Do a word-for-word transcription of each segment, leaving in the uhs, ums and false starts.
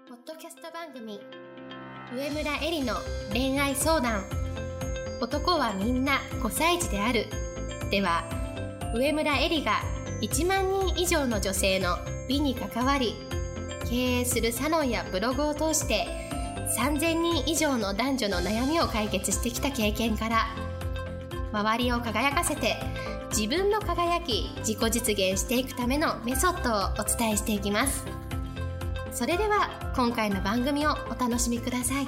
ポッドキャスト番組上村えりの恋愛相談。男はみんなごさい児であるでは、上村えりがいちまんにん以上の女性の美に関わり、経営するサロンやブログを通してさんぜんにん以上の男女の悩みを解決してきた経験から、周りを輝かせて自分の輝き自己実現していくためのメソッドをお伝えしていきます。それでは今回の番組をお楽しみください。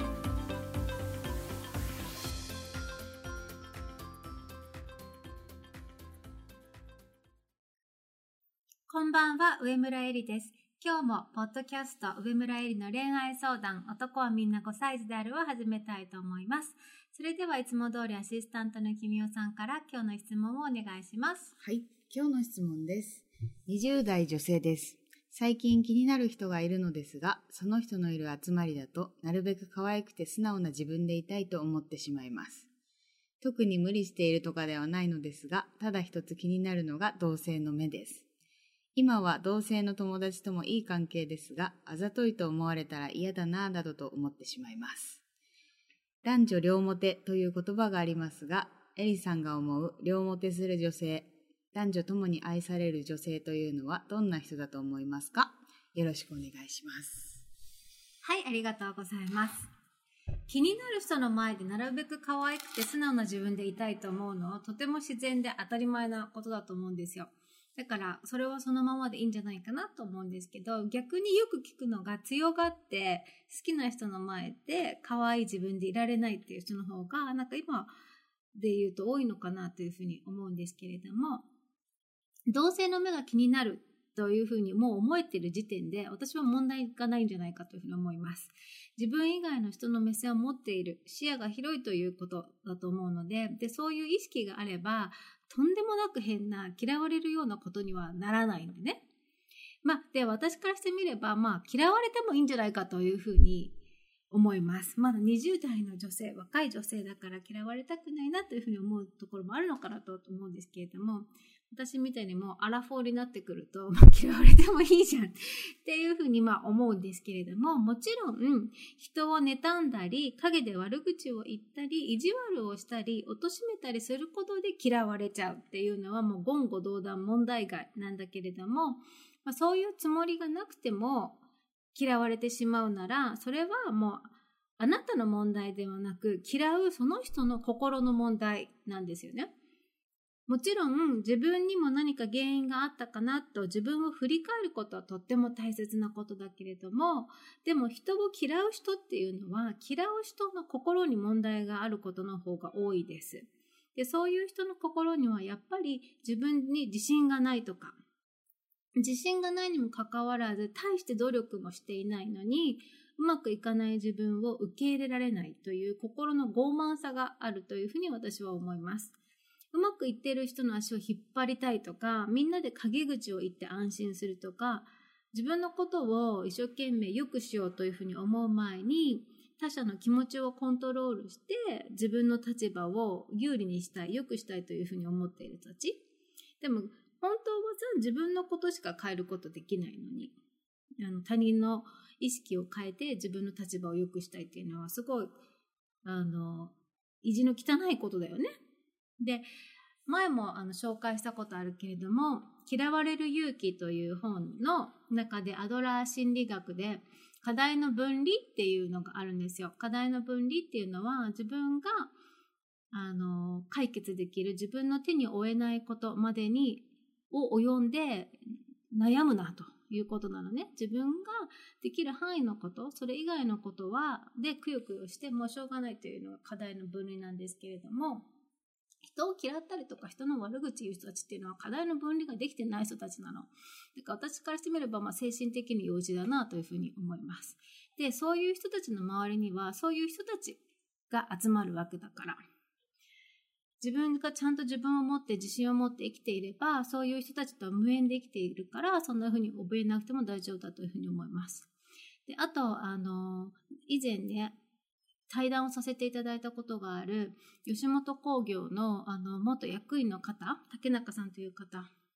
こんばんは、上村えりです。今日もポッドキャスト上村えりの恋愛相談、男はみんなごさい児であるを始めたいと思います。それではいつも通りアシスタントのきみおさんから今日の質問をお願いします。 はい、今日の質問です。にじゅうだい女性です。最近気になる人がいるのですが、その人のいる集まりだとなるべく可愛くて素直な自分でいたいと思ってしまいます。特に無理しているとかではないのですが、ただ一つ気になるのが同性の目です。今は同性の友達ともいい関係ですが、あざといと思われたら嫌だなぁなどと思ってしまいます。男女両モテという言葉がありますが、エリさんが思う両モテする女性、男女ともに愛される女性というのはどんな人だと思いますか？よろしくお願いします。 はい、ありがとうございます。気になる人の前でなるべく可愛くて素直な自分でいたいと思うのはとても自然で当たり前なことだと思うんですよ。だからそれはそのままでいいんじゃないかなと思うんですけど、逆によく聞くのが強がって好きな人の前で可愛い自分でいられないっていう人の方がなんか今で言うと多いのかなというふうに思うんですけれども、同性の目が気になるというふうにもう思えている時点で私は問題がないんじゃないかというふうに思います。自分以外の人の目線を持っている、視野が広いということだと思うので、でそういう意識があればとんでもなく変な嫌われるようなことにはならないんでね。まあで私からしてみれば、まあ嫌われてもいいんじゃないかというふうに思います。まだにじゅうだいの女性、若い女性だから嫌われたくないなというふうに思うところもあるのかなと思うんですけれども、私みたいにもうアラフォーになってくると、まあ、嫌われてもいいじゃんっていうふうにまあ思うんですけれども、もちろん人を妬んだり陰で悪口を言ったり意地悪をしたり貶めたりすることで嫌われちゃうっていうのはもう言語道断問題外なんだけれども、まあ、そういうつもりがなくても嫌われてしまうなら、それはもうあなたの問題ではなく嫌うその人の心の問題なんですよね。もちろん自分にも何か原因があったかなと自分を振り返ることはとっても大切なことだけれども、でも人を嫌う人っていうのは嫌う人の心に問題があることの方が多いです。で、そういう人の心にはやっぱり自分に自信がないとか、自信がないにもかかわらず大して努力もしていないのにうまくいかない自分を受け入れられないという心の傲慢さがあるというふうに私は思います。うまくいっている人の足を引っ張りたいとか、みんなで陰口を言って安心するとか、自分のことを一生懸命良くしようというふうに思う前に、他者の気持ちをコントロールして自分の立場を有利にしたい、良くしたいというふうに思っている人たち。でも本当は自分のことしか変えることできないのに、あの他人の意識を変えて自分の立場を良くしたいっていうのはすごいあの意地の汚いことだよね。で、前もあの紹介したことあるけれども、嫌われる勇気という本の中でアドラー心理学で課題の分離っていうのがあるんですよ。課題の分離っていうのは自分があの解決できる自分の手に負えないことまでにを及んで悩むなということなのね。自分ができる範囲のこと、それ以外のことはでくよくよしてもうしょうがないというのが課題の分離なんですけれども、人を嫌ったりとか人の悪口言う人たちっていうのは課題の分離ができてない人たちなの。だから私からしてみれば、まあ精神的に幼児だなというふうに思います。で、そういう人たちの周りにはそういう人たちが集まるわけだから、自分がちゃんと自分を持って自信を持って生きていれば、そういう人たちとは無縁で生きているから、そんなふうに怯えなくても大丈夫だというふうに思います。で、あと、あの、以前ね、対談をさせていただいたことがある吉本興業の、あの元役員の方、竹中さんという方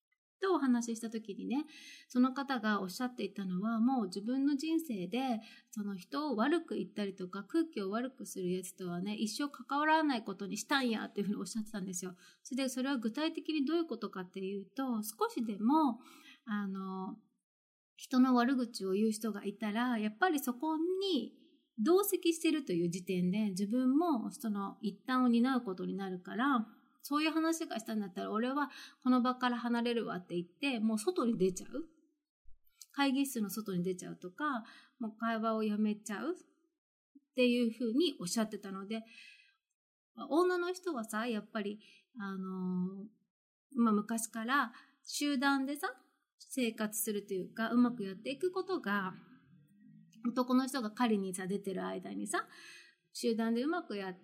とお話しした時にね、その方がおっしゃっていたのは、もう自分の人生でその人を悪く言ったりとか空気を悪くするやつとはね、一生関わらないことにしたんやっていうふうにおっしゃってたんですよ。それでそれは具体的にどういうことかっていうと、少しでもあの人の悪口を言う人がいたら、やっぱりそこに同席しているという時点で自分もその一端を担うことになるから、そういう話がしたんだったら俺はこの場から離れるわって言ってもう外に出ちゃう、会議室の外に出ちゃうとか、もう会話をやめちゃうっていうふうにおっしゃってたので、女の人はさ、やっぱりあのー、まあ、昔から集団でさ生活するというかうまくやっていくことが、男の人が狩りにさ出てる間にさ集団でうまくやって、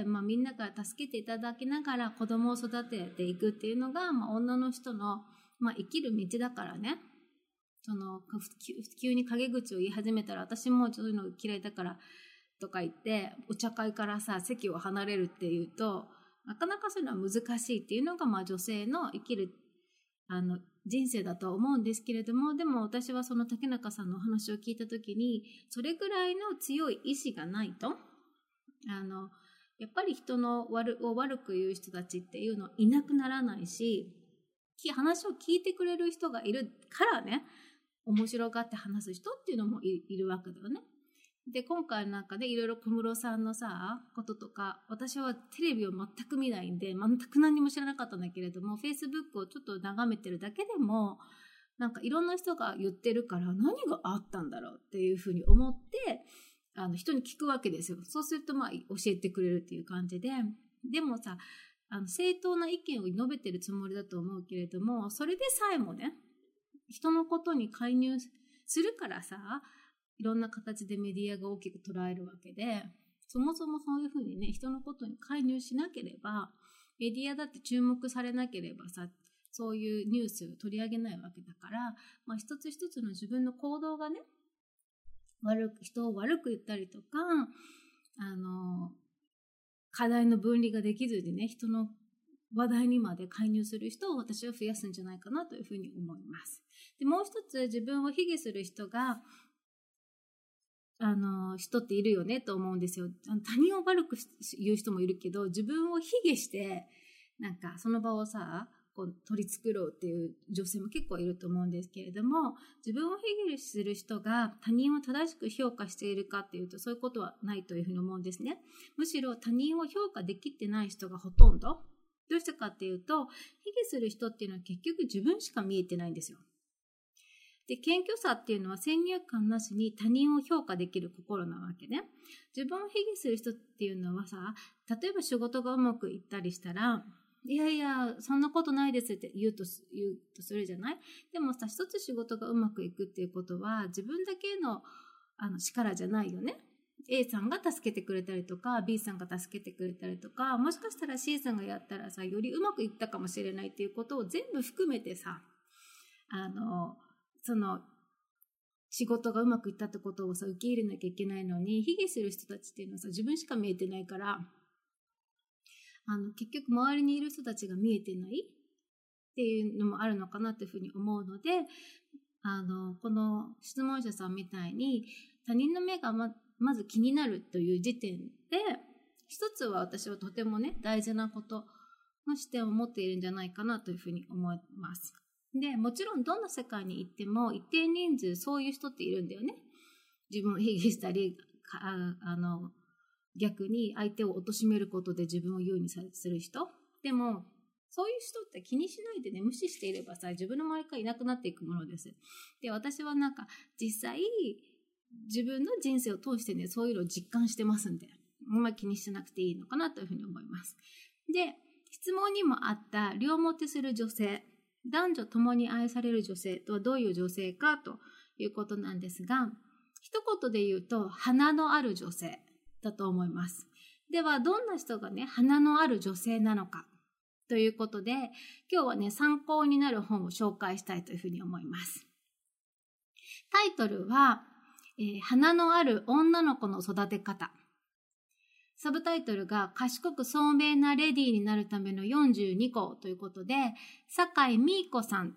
まあ、みんなから助けていただきながら子供を育てていくっていうのが、まあ、女の人の、まあ、生きる道だからね。その急に陰口を言い始めたら、私もそういうの嫌いだからとか言ってお茶会からさ席を離れるっていうと、なかなかそういうのは難しいっていうのが、まあ、女性の生きるあの人生だとは思うんですけれども、でも私はその竹中さんのお話を聞いた時に、それぐらいの強い意志がないと、あのやっぱり人の悪を悪く言う人たちっていうのいなくならないし、話を聞いてくれる人がいるからね、面白がって話す人っていうのも い, いるわけだよね。で今回なんかでいろいろ小室さんのさこととか、私はテレビを全く見ないんで全く何も知らなかったんだけれども、フェイスブックをちょっと眺めてるだけでもなんかいろんな人が言ってるから、何があったんだろうっていうふうに思ってあの人に聞くわけですよ。そうするとまあ教えてくれるっていう感じで、でもさあの正当な意見を述べてるつもりだと思うけれども、それでさえもね人のことに介入するからさ、いろんな形でメディアが大きく捉えるわけで、そもそもそういうふうにね人のことに介入しなければ、メディアだって注目されなければさ、そういうニュースを取り上げないわけだから、まあ、一つ一つの自分の行動がね悪く人を悪く言ったりとか、あの課題の分離ができずにね人の話題にまで介入する人を私は増やすんじゃないかなというふうに思います。でもう一つ、自分を卑下する人があの人っているよねと思うんですよ。あの他人を悪く言う人もいるけど、自分を卑下してなんかその場をさこう取り繕うっていう女性も結構いると思うんですけれども、自分を卑下する人が他人を正しく評価しているかっていうと、そういうことはないというふうに思うんですね。むしろ他人を評価できてない人がほとんど。どうしてかっていうと、卑下する人っていうのは結局自分しか見えてないんですよ。で、謙虚さっていうのは先入観なしに他人を評価できる心なわけね。自分を卑下する人っていうのはさ、例えば仕事がうまくいったりしたら、いやいやそんなことないですって言うと言うとするじゃない。でもさ、一つ仕事がうまくいくっていうことは自分だけのあの力じゃないよね。A さんが助けてくれたりとか B さんが助けてくれたりとか、もしかしたら C さんがやったらさよりうまくいったかもしれないっていうことを全部含めてさ、あのその仕事がうまくいったってことをさ受け入れなきゃいけないのに、卑下する人たちっていうのはさ自分しか見えてないから、あの結局周りにいる人たちが見えてないっていうのもあるのかなというふうに思うので、あのこの質問者さんみたいに他人の目が ま, まず気になるという時点で、一つは私はとてもね大事なことの視点を持っているんじゃないかなというふうに思います。でもちろんどんな世界に行っても一定人数そういう人っているんだよね。自分を卑下したり、ああの逆に相手を貶めることで自分を優位にする人。でもそういう人って気にしないでね、無視していればさ自分の周りからいなくなっていくものです。で、私はなんか実際自分の人生を通してねそういうのを実感してますんで、あんまり気にしなくていいのかなというふうに思います。で、質問にもあった両モテする女性、男女共に愛される女性とはどういう女性かということなんですが、一言で言うと花のある女性だと思います。ではどんな人がね花のある女性なのかということで、今日はね参考になる本を紹介したいというふうに思います。タイトルは、えー、花のある女の子の育て方。サブタイトルが賢く聡明なレディーになるためのよんじゅうにこということで、酒井美衣子さん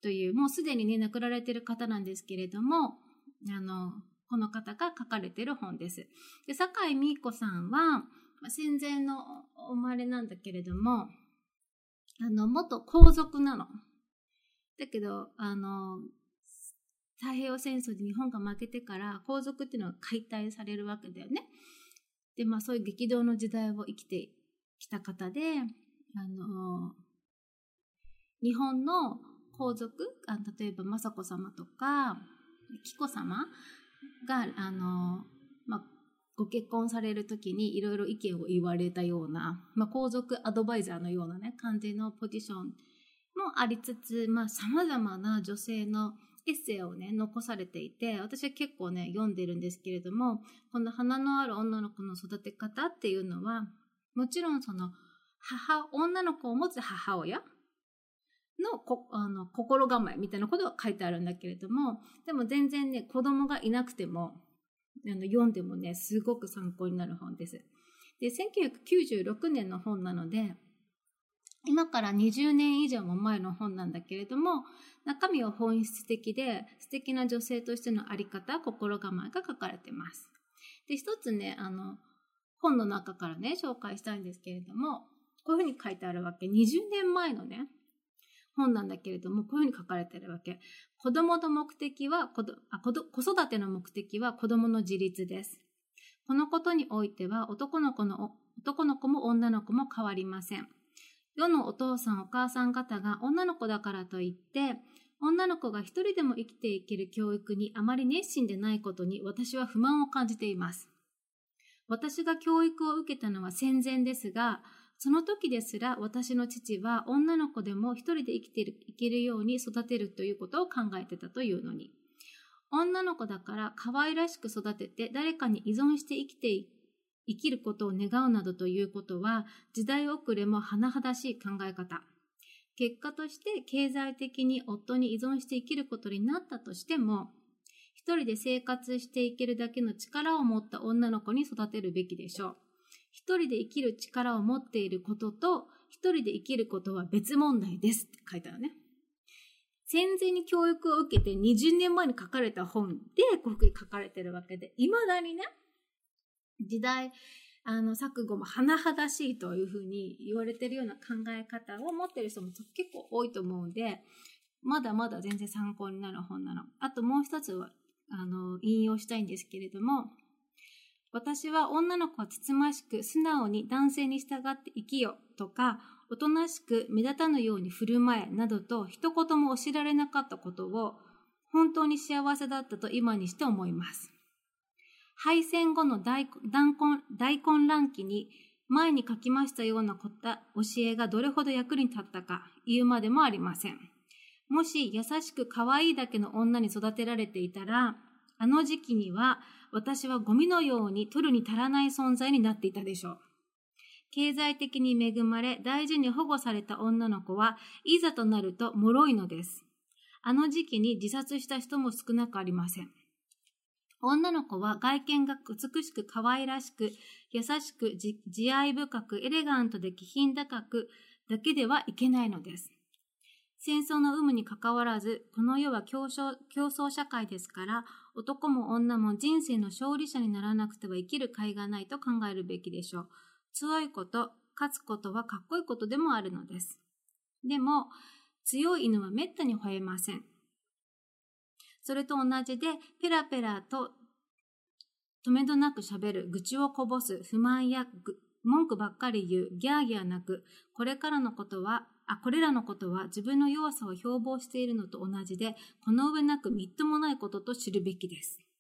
という、もうすでにね、亡くなられている方なんですけれども、あの、この方が書かれている本です。で、坂井美子さんは、戦前のお生まれなんだけれども、あの、元皇族なの。だけど、あの、太平洋戦争で日本が負けてから皇族っていうのは解体されるわけだよね。で、まあそういう激動の時代を生きてきた方で、あの、日本の皇族、あ例えば雅子さまとか紀子さまが、あの、まあ、ご結婚されるときにいろいろ意見を言われたような、まあ、皇族アドバイザーのようなね、感じのポジションもありつつ、まあ、様々な女性のエッセイをね、残されていて、私は結構ね、読んでるんですけれども、この花のある女の子の育て方っていうのは、もちろんその、母、女の子を持つ母親のこあの心構えみたいなことが書いてあるんだけれども、でも全然ね、子供がいなくても、あの読んでもね、すごく参考になる本です。で、せんきゅうひゃくきゅうじゅうろくねんの本なので、今からにじゅうねん以上も前の本なんだけれども、中身は本質的で、素敵な女性としてのあり方、心構えが書かれています。で、一つね、あの、本の中からね、紹介したいんですけれども、こういうふうに書いてあるわけ。にじゅうねんまえのね、本なんだけれども、こういうふうに書かれているわけ。子供の目的は、子どあ子ど子育ての目的は子供の自立です。このことにおいては、男の子の、男の子も女の子も変わりません。世のお父さんお母さん方が女の子だからといって、女の子が一人でも生きていける教育にあまり熱心でないことに私は不満を感じています。私が教育を受けたのは戦前ですが、その時ですら私の父は女の子でも一人で生きている、いけるように育てるということを考えてたというのに。女の子だから可愛らしく育てて誰かに依存して生きてい生きることを願うなどということは時代遅れも甚だしい考え方。結果として経済的に夫に依存して生きることになったとしても、一人で生活していけるだけの力を持った女の子に育てるべきでしょう。一人で生きる力を持っていることと一人で生きることは別問題ですって書いてあるね。戦前に教育を受けてにじゅうねんまえに書かれた本でこういうふうに書かれているわけで、未だにね、時代あの錯誤も甚だしいというふうに言われているような考え方を持っている人も結構多いと思うんで、まだまだ全然参考になる本なの。あともう一つはあの引用したいんですけれども、私は女の子はつつましく素直に男性に従って生きよとか、おとなしく目立たぬように振る舞えなどと一言も教えられなかったことを本当に幸せだったと今にして思います。敗戦後の 大, 大, 混大混乱期に前に書きましたような教えがどれほど役に立ったか言うまでもありません。もし優しく可愛いだけの女に育てられていたら、あの時期には私はゴミのように取るに足らない存在になっていたでしょう。経済的に恵まれ大事に保護された女の子はいざとなると脆いのです。あの時期に自殺した人も少なくありません。女の子は外見が美しく可愛らしく優しく慈愛深くエレガントで気品高くだけではいけないのです。戦争の有無にかかわらず、この世は競争、競争社会ですから、男も女も人生の勝利者にならなくては生きる甲斐がないと考えるべきでしょう。強いこと、勝つことはかっこいいことでもあるのです。でも、強い犬はめったに吠えません。それと同じで、ペラペラと止めどなく喋る、愚痴をこぼす、不満や文句ばっかり言う、ギャーギャー泣く、これからのことは、あ、これらのことは自分の弱さを標榜しているのと同じで、この上なくみっともないことと知るべきです。って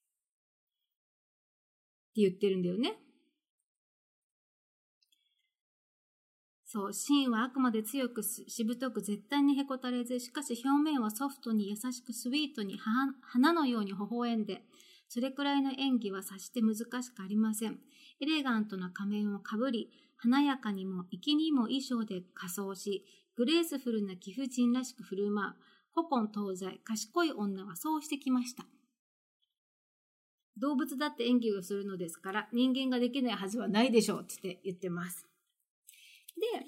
言ってるんだよね。そう、芯はあくまで強くしぶとく絶対にへこたれず、しかし表面はソフトに優しくスイートに花のように微笑んで、それくらいの演技はさして難しくありません。エレガントな仮面をかぶり、華やかにも粋にも衣装で仮装し、グレースフルな貴婦人らしく振る舞う、古今東西、賢い女はそうしてきました。動物だって演技をするのですから、人間ができないはずはないでしょうって言ってます。で、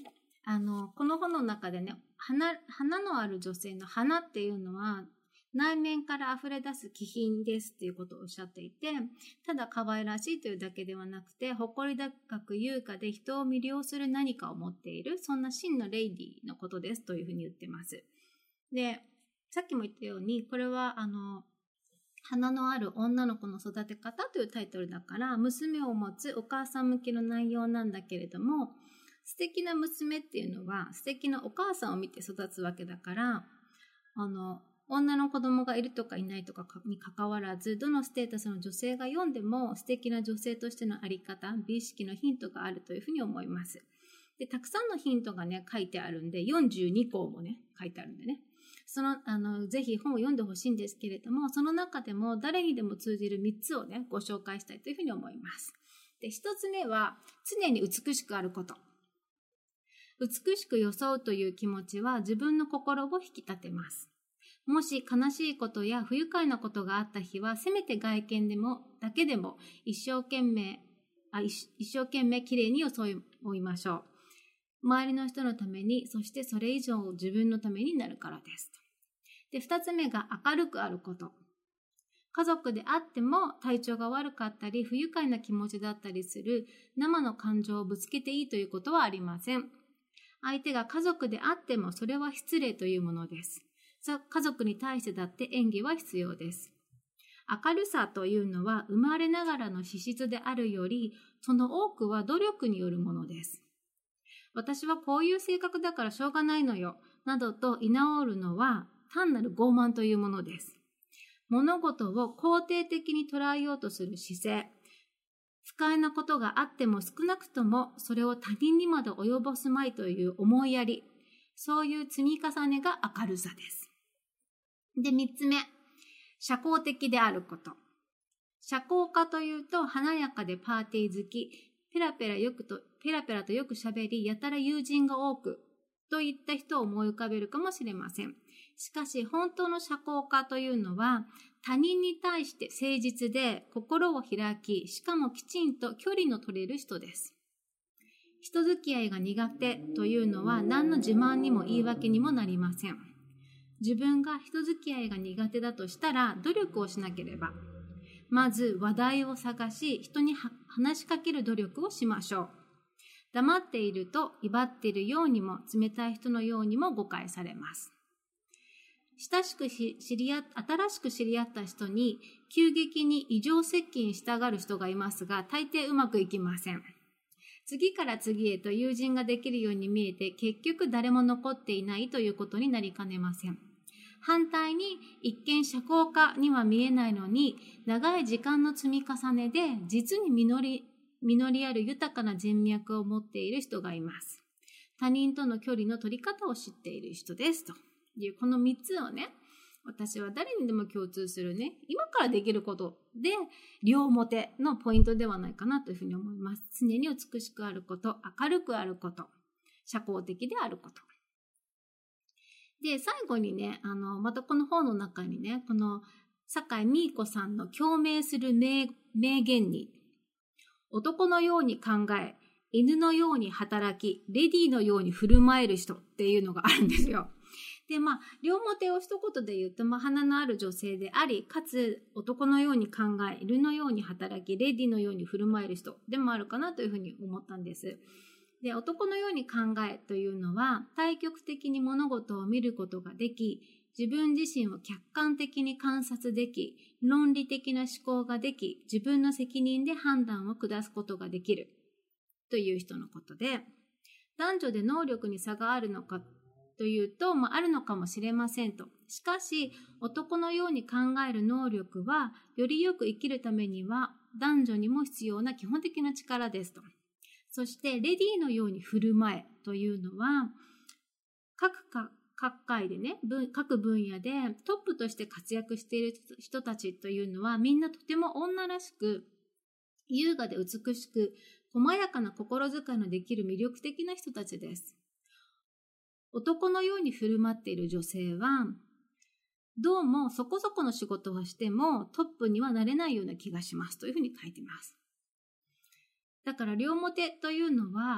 あの、この本の中でね、花、花のある女性の花っていうのは、内面から溢れ出す気品ですっていうことをおっしゃっていて、ただ可愛らしいというだけではなくて、誇り高く優雅で人を魅了する何かを持っている、そんな真のレイディーのことですというふうに言ってます。で、さっきも言ったように、これはあの、花のある女の子の育て方というタイトルだから、娘を持つお母さん向けの内容なんだけれども、素敵な娘っていうのは素敵なお母さんを見て育つわけだから、あの、女の子供がいるとかいないとかに関わらず、どのステータスの女性が読んでも素敵な女性としてのあり方、美意識のヒントがあるというふうに思います。で、たくさんのヒントがね、書いてあるんで、よんじゅうにこもね、書いてあるんでね。その、あの、ぜひ本を読んでほしいんですけれども、その中でも誰にでも通じるみっつをね、ご紹介したいというふうに思います。で、ひとつめは、常に美しくあること。美しく装うという気持ちは自分の心を引き立てます。もし悲しいことや不愉快なことがあった日は、せめて外見でも、だけでも一生懸命、あ一, 一生懸命きれいに装いましょう。周りの人のために、そしてそれ以上自分のためになるからです。で、二つ目が明るくあること。家族であっても体調が悪かったり、不愉快な気持ちだったりする生の感情をぶつけていいということはありません。相手が家族であってもそれは失礼というものです。家族に対してだって演技は必要です。明るさというのは生まれながらの資質であるより、その多くは努力によるものです。私はこういう性格だからしょうがないのよ、などと居直るのは単なる傲慢というものです。物事を肯定的に捉えようとする姿勢、不快なことがあっても少なくともそれを他人にまで及ぼすまいという思いやり、そういう積み重ねが明るさです。で、三つ目、社交的であること。社交家というと華やかでパーティー好き、ペラペラよくと、ペラペラとよく喋り、やたら友人が多く、といった人を思い浮かべるかもしれません。しかし、本当の社交家というのは、他人に対して誠実で心を開き、しかもきちんと距離の取れる人です。人付き合いが苦手というのは何の自慢にも言い訳にもなりません。自分が人付き合いが苦手だとしたら努力をしなければ。まず話題を探し、人に話しかける努力をしましょう。黙っていると威張っているようにも冷たい人のようにも誤解されます。親しくし知り合新しく知り合った人に急激に異常接近したがる人がいますが、大抵うまくいきません。次から次へと友人ができるように見えて、結局誰も残っていないということになりかねません。反対に一見社交家には見えないのに、長い時間の積み重ねで実に実り、実りある豊かな人脈を持っている人がいます。他人との距離の取り方を知っている人ですという、この三つをね、私は誰にでも共通するね、今からできることで両モテのポイントではないかなというふうに思います。常に美しくあること、明るくあること、社交的であること。で、最後にね、あの、またこの本の中にね、この坂井美子さんの共鳴する名、名言に、男のように考え、犬のように働き、レディーのように振る舞える人っていうのがあるんですよ。で、まあ、両モテを一言で言うと、まあ、花のある女性であり、かつ男のように考え、犬のように働き、レディのように振る舞える人でもあるかなというふうに思ったんです。で、男のように考えというのは、対極的に物事を見ることができ、自分自身を客観的に観察でき、論理的な思考ができ、自分の責任で判断を下すことができるという人のことで、男女で能力に差があるのかというと、まあ、あるのかもしれませんと。しかし、男のように考える能力は、よりよく生きるためには、男女にも必要な基本的な力ですと。そして、レディーのように振る舞えというのは、各か各界でね、各分野でトップとして活躍している人たちというのは、みんなとても女らしく、優雅で美しく、細やかな心遣いのできる魅力的な人たちです。男のように振る舞っている女性は、どうもそこそこの仕事をしてもトップにはなれないような気がしますというふうに書いています。だから両モテというのは、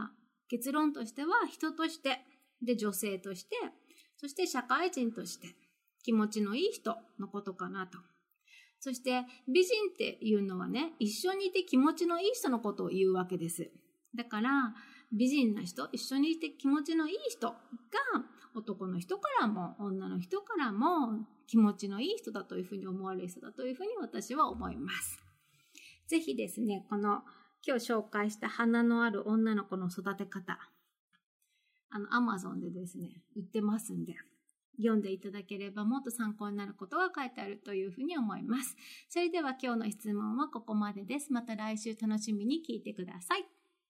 結論としては人として、で女性として、そして社会人として気持ちのいい人のことかなと。そして美人っていうのはね、一緒にいて気持ちのいい人のことを言うわけです。だから美人な人、一緒にいて気持ちのいい人が男の人からも女の人からも気持ちのいい人だというふうに思われる人だというふうに私は思います。ぜひですね、この今日紹介した花のある女の子の育て方、あの Amazon でですね売ってますんで、読んでいただければもっと参考になることが書いてあるというふうに思います。それでは今日の質問はここまでです。また来週楽しみに聞いてください。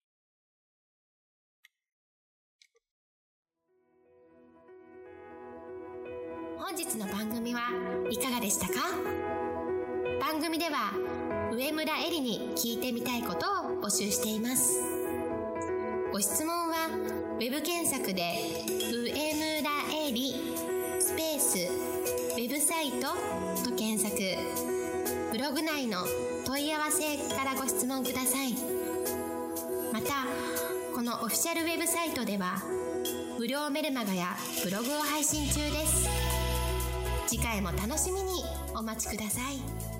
本日の番組はいかがでしたか？番組では上村えりに聞いてみたいことを募集しています。ご質問はウェブ検索で上村えりスペースウェブサイトと検索、ブログ内の問い合わせからご質問ください。またこのオフィシャルウェブサイトでは無料メルマガやブログを配信中です。次回も楽しみにお待ちください。